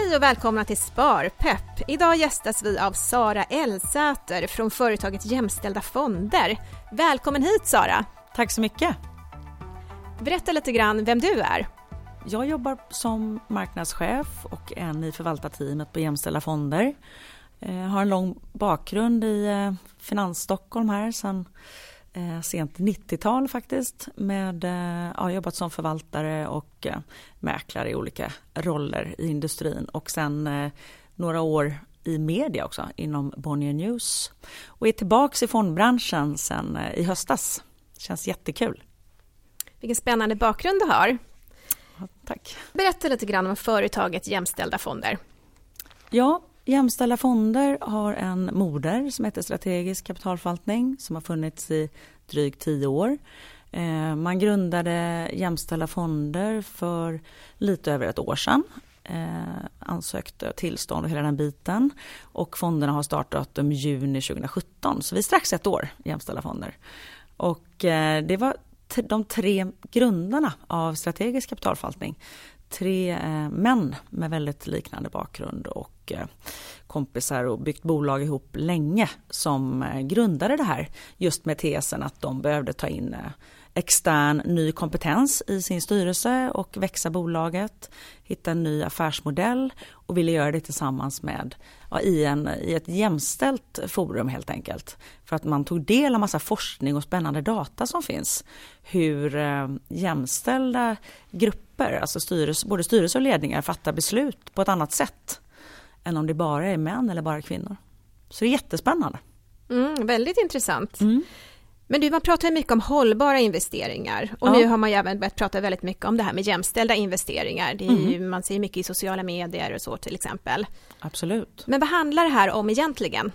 Hej och välkomna till Sparpepp. Idag gästas vi av Sara Elsäter från företaget Jämställda Fonder. Välkommen hit, Sara. Tack så mycket. Berätta lite grann vem du är. Jag jobbar som marknadschef och en i förvaltarteamet på Jämställda Fonder. Jag har en lång bakgrund i Finans Stockholm här sedan sent 90-tal faktiskt. Jag jobbat som förvaltare och mäklare i olika roller i industrin. Och sen några år i media också inom Bonnier News. Och är tillbaka i fondbranschen sen i höstas. Det känns jättekul. Vilken spännande bakgrund du har. Ja, tack. Berätta lite grann om företaget Jämställda Fonder. Ja, Jämställda Fonder har en moder som heter Strategisk kapitalförvaltning som har funnits i drygt 10 år. Man grundade Jämställda Fonder för lite över ett år sedan. Ansökte tillstånd och hela den biten. Och fonderna har startat i juni 2017. Så vi är strax ett år Jämställda Fonder. Och det var de 3 grundarna av strategisk kapitalförvaltning. 3 män med väldigt liknande bakgrund och kompisar och byggt bolag ihop länge som grundade det här just med tesen att de behövde ta in extern ny kompetens i sin styrelse och växa bolaget, hitta en ny affärsmodell och ville göra det tillsammans med i ett jämställt forum helt enkelt. För att man tog del av massa forskning och spännande data som finns. Hur jämställda grupper, alltså både styrelse och ledningar fattar beslut på ett annat sätt än om det bara är män eller bara kvinnor. Så det är jättespännande. Väldigt intressant. Men man pratar mycket om hållbara investeringar och nu har man ju även börjat prata väldigt mycket om det här med jämställda investeringar. Det är ju, man ser mycket i sociala medier och så till exempel. Absolut. Men vad handlar det här om egentligen?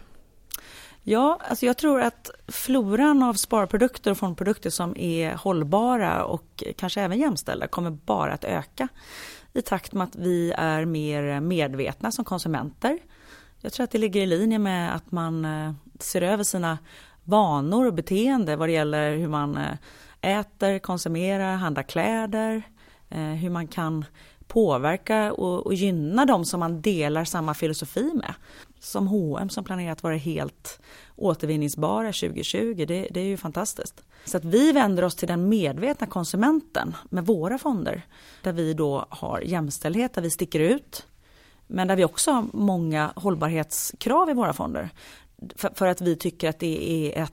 Ja, alltså jag tror att floran av sparprodukter och fondprodukter som är hållbara och kanske även jämställda kommer bara att öka i takt med att vi är mer medvetna som konsumenter. Jag tror att det ligger i linje med att man ser över sina vanor och beteende vad det gäller hur man äter, konsumerar, handlar kläder, hur man kan påverka och gynna dem som man delar samma filosofi med. Som H&M som planerar att vara helt återvinningsbara 2020, det är ju fantastiskt. Så att vi vänder oss till den medvetna konsumenten med våra fonder. Där vi då har jämställdhet, där vi sticker ut. Men där vi också har många hållbarhetskrav i våra fonder. För att vi tycker att det är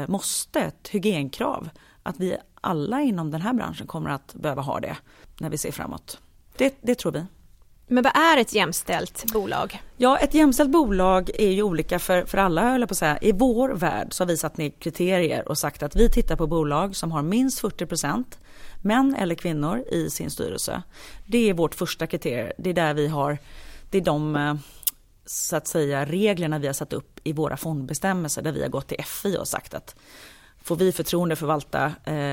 ett hygienkrav. Att vi alla inom den här branschen kommer att behöva ha det när vi ser framåt. Det tror vi. Men vad är ett jämställt bolag? Ja, ett jämställt bolag är ju olika för alla, höll jag på att säga. I vår värld så har vi satt ner kriterier och sagt att vi tittar på bolag som har minst 40% män eller kvinnor i sin styrelse. Det är vårt första kriterium. Det är där vi har, det är de så att säga reglerna vi har satt upp i våra fondbestämmelser där vi har gått till FI och sagt att får vi förtroende förvalta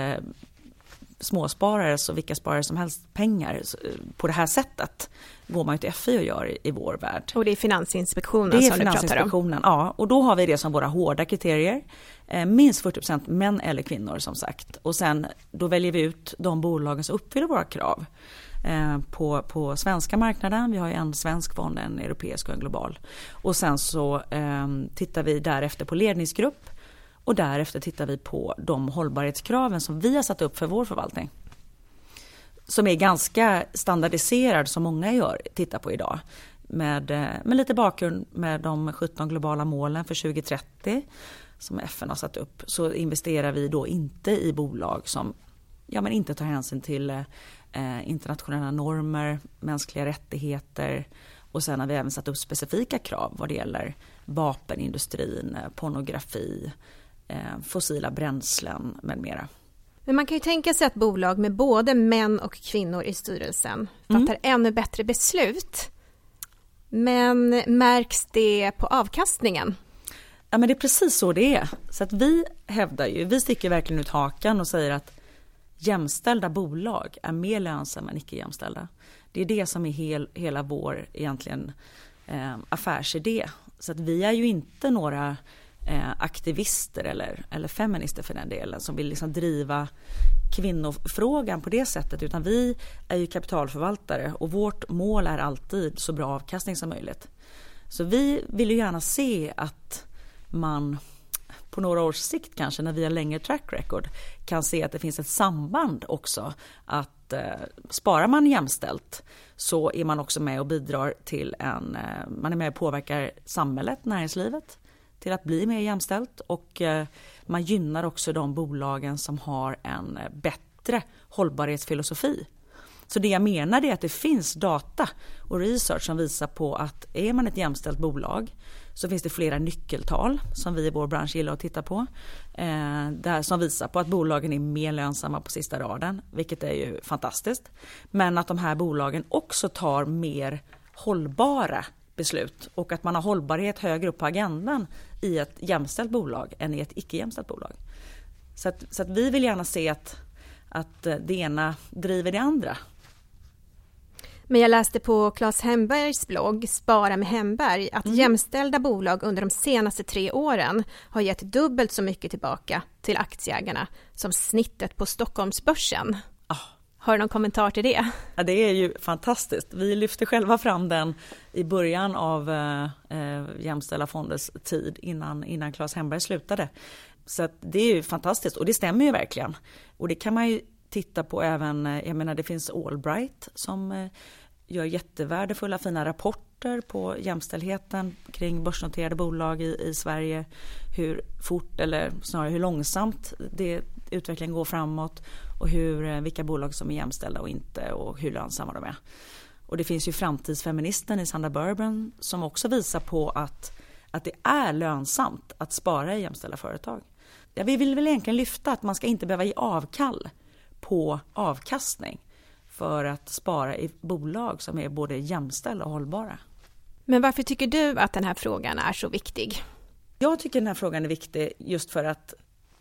småsparare och vilka sparare som helst pengar på det här sättet går man ju till FI och gör i vår värld. Och det är Finansinspektionen som du pratar om? Det är Finansinspektionen, ja. Och då har vi det som våra hårda kriterier. Minst 40% män eller kvinnor som sagt. Och sen då väljer vi ut de bolagen som uppfyller våra krav. På svenska marknaden. Vi har ju en svensk fond, en europeisk och en global. Och sen så tittar vi därefter på ledningsgrupp och därefter tittar vi på de hållbarhetskraven som vi har satt upp för vår förvaltning. Som är ganska standardiserad som många tittar på idag. Med lite bakgrund med de 17 globala målen för 2030 som FN har satt upp så investerar vi då inte i bolag som inte tar hänsyn till internationella normer, mänskliga rättigheter och sen har vi även satt upp specifika krav vad det gäller vapenindustrin, pornografi, fossila bränslen med mera. Men man kan ju tänka sig att bolag med både män och kvinnor i styrelsen fattar ännu bättre beslut. Men märks det på avkastningen? Ja, men det är precis så det är. Så att vi sticker verkligen ut hakan och säger att jämställda bolag är mer lönsamma än icke jämställda. Det är det som är hela vår egentligen affärsidé. Så att vi är ju inte några aktivister eller feminister för den delen som vill liksom driva kvinnofrågan på det sättet, utan vi är ju kapitalförvaltare och vårt mål är alltid så bra avkastning som möjligt. Så vi vill ju gärna se att man på några års sikt kanske, när vi har längre track record, kan se att det finns ett samband också, att sparar man jämställt så är man också med och bidrar till man är med och påverkar samhället, näringslivet, till att bli mer jämställt, och man gynnar också de bolagen som har en bättre hållbarhetsfilosofi. Så det jag menar är att det finns data och research som visar på att är man ett jämställt bolag så finns det flera nyckeltal som vi i vår bransch gillar att titta på, som visar på att bolagen är mer lönsamma på sista raden, vilket är ju fantastiskt. Men att de här bolagen också tar mer hållbara beslut och att man har hållbarhet högre upp på agendan i ett jämställt bolag än i ett icke-jämställt bolag. Så att vi vill gärna se att det ena driver det andra. Men jag läste på Claes Hembergs blogg Spara med Hemberg att jämställda bolag under de senaste 3 åren har gett dubbelt så mycket tillbaka till aktieägarna som snittet på Stockholmsbörsen. Har du någon kommentar till det? Ja, det är ju fantastiskt. Vi lyfte själva fram den i början av jämställda fonders tid innan Claes Hemberg slutade. Så att det är ju fantastiskt, och det stämmer ju verkligen. Och det kan man ju titta på även, jag menar det finns Allbright som gör jättevärdefulla fina rapporter på jämställdheten kring börsnoterade bolag i Sverige. Hur fort eller snarare hur långsamt utvecklingen går framåt och vilka bolag som är jämställda och inte och hur lönsamma de är. Och det finns ju Framtidsfeministen i Sandra Bourbon som också visar på att det är lönsamt att spara i jämställda företag. Ja, vi vill väl egentligen lyfta att man ska inte behöva ge avkall på avkastning för att spara i bolag som är både jämställda och hållbara. Men varför tycker du att den här frågan är så viktig? Jag tycker den här frågan är viktig just för att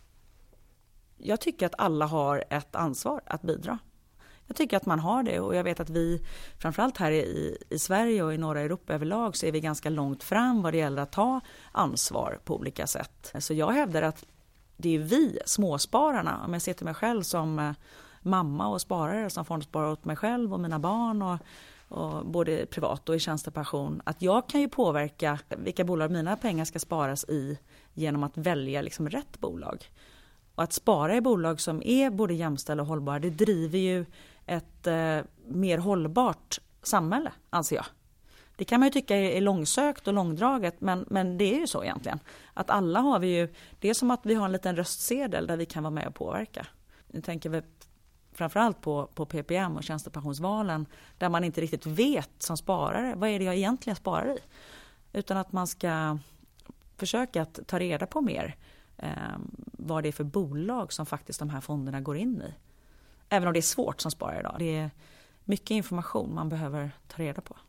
jag tycker att alla har ett ansvar att bidra. Jag tycker att man har det, och jag vet att vi, framförallt här i Sverige och i norra Europa överlag, så är vi ganska långt fram vad det gäller att ta ansvar på olika sätt. Så jag hävdar att det är vi, småspararna, om jag ser till mig själv som mamma och sparare som fondsparar åt mig själv och mina barn och både privat och i tjänstepension, att jag kan ju påverka vilka bolag mina pengar ska sparas i genom att välja liksom rätt bolag. Och att spara i bolag som är både jämställda och hållbara, det driver ju ett mer hållbart samhälle, anser jag. Det kan man ju tycka är långsökt och långdraget, men det är ju så egentligen. Att alla har vi ju, det är som att vi har en liten röstsedel där vi kan vara med och påverka. Nu tänker vi framförallt på PPM och tjänstepensionsvalen, där man inte riktigt vet som sparare, vad är det jag egentligen sparar i? Utan att man ska försöka att ta reda på mer vad det är för bolag som faktiskt de här fonderna går in i. Även om det är svårt som sparare idag. Det är mycket information man behöver ta reda på.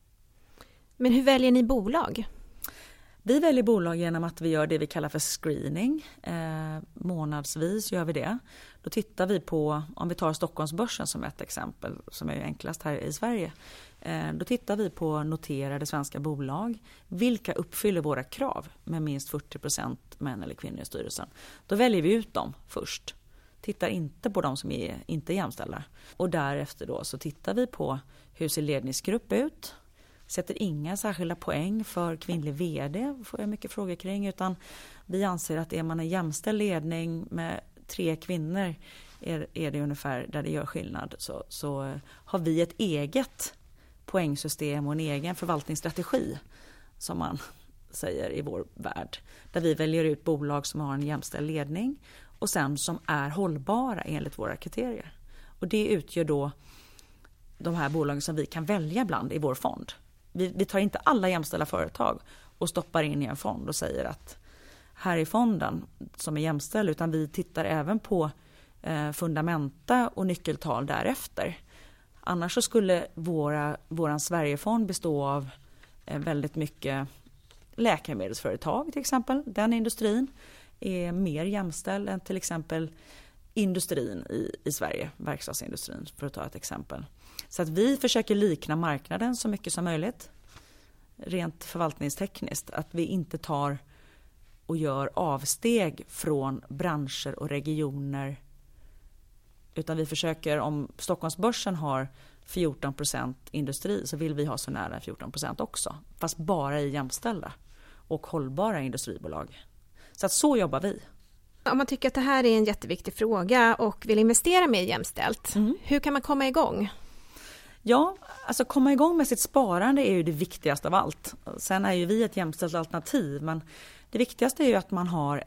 Men hur väljer ni bolag? Vi väljer bolag genom att vi gör det vi kallar för screening. Månadsvis gör vi det. Då tittar vi på, om vi tar Stockholmsbörsen som ett exempel, som är ju enklast här i Sverige. Då tittar vi på noterade svenska bolag. Vilka uppfyller våra krav med minst 40% män eller kvinnor i styrelsen? Då väljer vi ut dem först. Tittar inte på de som är inte jämställda. Och därefter då så tittar vi på hur ser ledningsgrupp ut. Sätter inga särskilda poäng för kvinnlig vd, får jag mycket frågor kring, utan vi anser att är man en jämställd ledning med 3 kvinnor är det ungefär där det gör skillnad. Så har vi ett eget poängsystem och en egen förvaltningsstrategi, som man säger i vår värld, där vi väljer ut bolag som har en jämställd ledning och sen som är hållbara enligt våra kriterier. Och det utgör då de här bolagen som vi kan välja bland i vår fond. Vi tar inte alla jämställda företag och stoppar in i en fond och säger att här är fonden som är jämställd, utan vi tittar även på fundamenta och nyckeltal därefter. Annars så skulle våran Sverigefond bestå av väldigt mycket läkemedelsföretag till exempel. Den industrin är mer jämställd än till exempel industrin i Sverige, verkstadsindustrin för att ta ett exempel. Så att vi försöker likna marknaden så mycket som möjligt, rent förvaltningstekniskt. Att vi inte tar och gör avsteg från branscher och regioner. Utan vi försöker, om Stockholmsbörsen har 14% industri så vill vi ha så nära 14% också. Fast bara i jämställda och hållbara industribolag. Så att så jobbar vi. Om man tycker att det här är en jätteviktig fråga och vill investera mer jämställt, hur kan man komma igång? Ja, alltså komma igång med sitt sparande är ju det viktigaste av allt. Sen är ju vi ett jämställt alternativ, men det viktigaste är ju att man har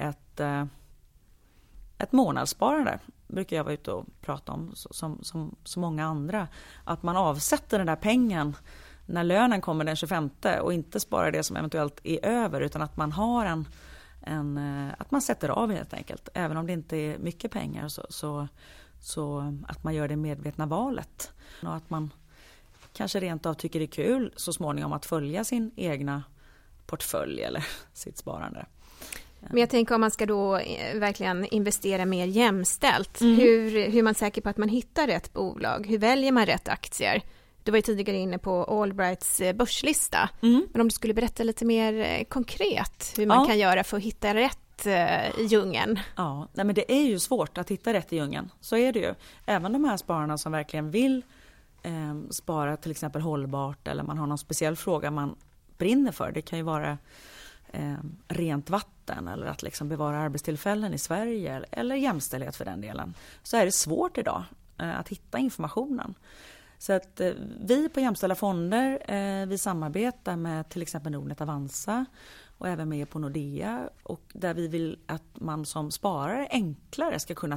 ett månadssparande. Brukar jag vara ute och prata om som många andra. Att man avsätter den där pengen när lönen kommer den 25 och inte sparar det som eventuellt är över, utan att man har att man sätter av helt enkelt. Även om det inte är mycket pengar så att man gör det medvetna valet. Och att man kanske rent av tycker det är kul så småningom att följa sin egna portfölj eller sitt sparande. Men jag tänker om man ska då verkligen investera mer jämställt. Hur är man säker på att man hittar rätt bolag? Hur väljer man rätt aktier? Du var ju tidigare inne på Allbrights börslista. Men om du skulle berätta lite mer konkret hur man kan göra för att hitta rätt i djungeln. Ja, nej, men det är ju svårt att hitta rätt i djungeln. Så är det ju. Även de här spararna som verkligen vill spara till exempel hållbart, eller man har någon speciell fråga man brinner för. Det kan ju vara rent vatten eller att liksom bevara arbetstillfällen i Sverige eller jämställdhet för den delen. Så är det svårt idag att hitta informationen. Så att vi på Jämställda fonder, vi samarbetar med till exempel Nordnet Avanza och även med på Nordea, och där vi vill att man som sparare enklare ska kunna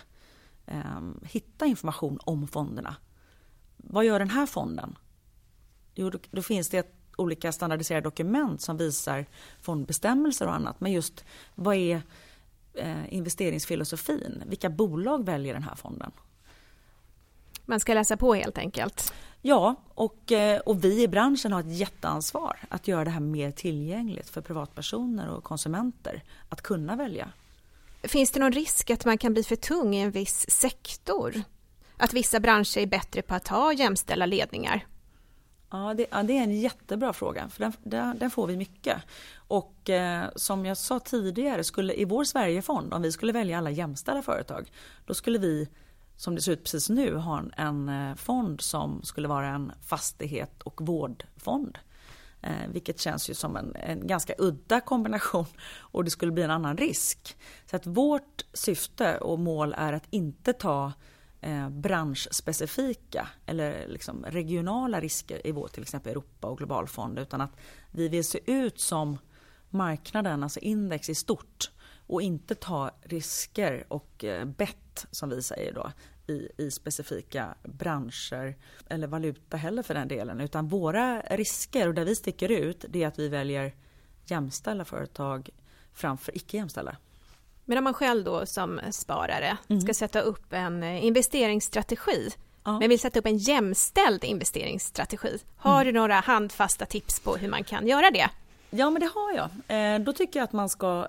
hitta information om fonderna. Vad gör den här fonden? Jo, då finns det olika standardiserade dokument som visar fondbestämmelser och annat. Men just vad är investeringsfilosofin? Vilka bolag väljer den här fonden? Man ska läsa på helt enkelt. Ja, och vi i branschen har ett jätteansvar att göra det här mer tillgängligt för privatpersoner och konsumenter att kunna välja. Finns det någon risk att man kan bli för tung i en viss sektor? Att vissa branscher är bättre på att ha jämställda ledningar? Ja, det är en jättebra fråga, för den får vi mycket. Och som jag sa tidigare, i vår Sverigefond, om vi skulle välja alla jämställda företag, då skulle vi, som det ser ut precis nu, ha en fond som skulle vara en fastighet- och vårdfond. Vilket känns ju som en ganska udda kombination, och det skulle bli en annan risk. Så att vårt syfte och mål är att inte ta branschspecifika eller liksom regionala risker i vår till exempel Europa- och globalfond, utan att vi vill se ut som marknaden, alltså index i stort, och inte ta risker och bett, som vi säger då, i specifika branscher eller valuta heller för den delen, utan våra risker och där vi sticker ut, det är att vi väljer jämställda företag framför icke jämställda. Men om man själv då som sparare ska sätta upp en investeringsstrategi, men vill sätta upp en jämställd investeringsstrategi, har du några handfasta tips på hur man kan göra det? Ja, men det har jag. Då tycker jag att man ska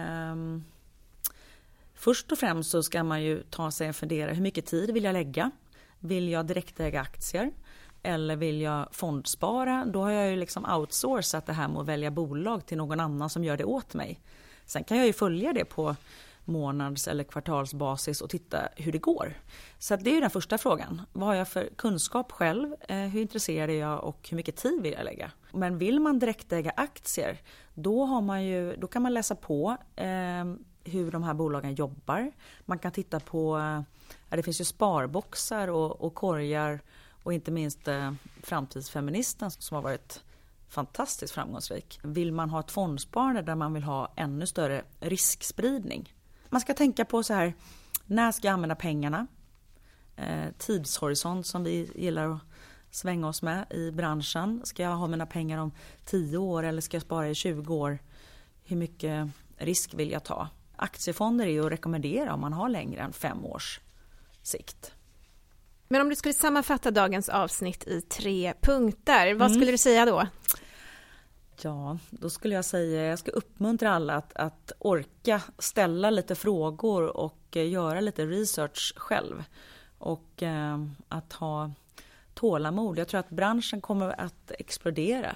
först och främst så ska man ju ta sig och fundera, hur mycket tid vill jag lägga? Vill jag direktäga aktier? Eller vill jag fondspara? Då har jag ju liksom outsourcat det här med att välja bolag till någon annan som gör det åt mig. Sen kan jag ju följa det på månads- eller kvartalsbasis och titta hur det går. Så det är ju den första frågan. Vad har jag för kunskap själv? Hur intresserad är jag och hur mycket tid vill jag lägga? Men vill man direktäga aktier, då kan man läsa på hur de här bolagen jobbar. Man kan titta på, det finns ju sparboxar och korgar, och inte minst Framtidsfeministen som har varit fantastiskt framgångsrik. Vill man ha ett fondsparande där man vill ha ännu större riskspridning? Man ska tänka på så här, när ska jag använda pengarna? Tidshorisont som vi gillar att svänga oss med i branschen. Ska jag ha mina pengar om 10 år eller ska jag spara i 20 år? Hur mycket risk vill jag ta? Aktiefonder är ju att rekommendera om man har längre än 5 års sikt. Men om du skulle sammanfatta dagens avsnitt i 3 punkter, vad skulle du säga då? Ja, då skulle jag säga, jag ska uppmuntra alla att orka ställa lite frågor och göra lite research själv. Och att ha tålamod. Jag tror att branschen kommer att explodera.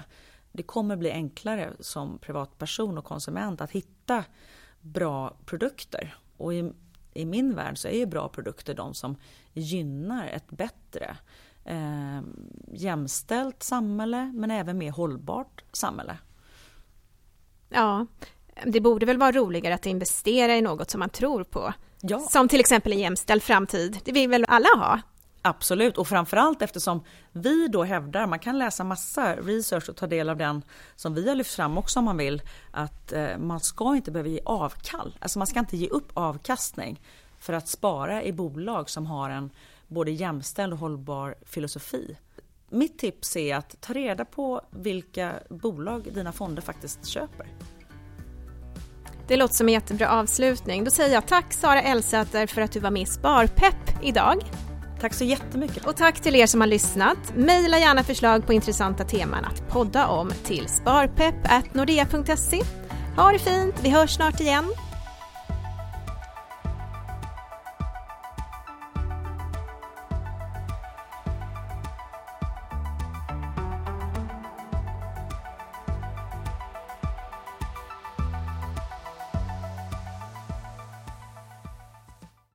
det kommer bli enklare som privatperson och konsument att hitta bra produkter. Och i min värld så är ju bra produkter de som gynnar ett bättre jämställt samhälle, men även mer hållbart samhälle. Ja, det borde väl vara roligare att investera i något som man tror på. Ja. Som till exempel en jämställd framtid. Det vill väl alla ha? Absolut, och framförallt eftersom vi då hävdar, man kan läsa massa research och ta del av den som vi har lyft fram också om man vill, att man ska inte behöva ge avkall. Alltså man ska inte ge upp avkastning för att spara i bolag som har en både jämställd och hållbar filosofi. Mitt tips är att ta reda på vilka bolag dina fonder faktiskt köper. Det låter som en jättebra avslutning. Då säger jag tack Sara Elsäter för att du var med i Sparpepp idag. Tack så jättemycket. Och tack till er som har lyssnat. Maila gärna förslag på intressanta teman att podda om till sparpepp@nordea.se. Ha det fint, vi hörs snart igen.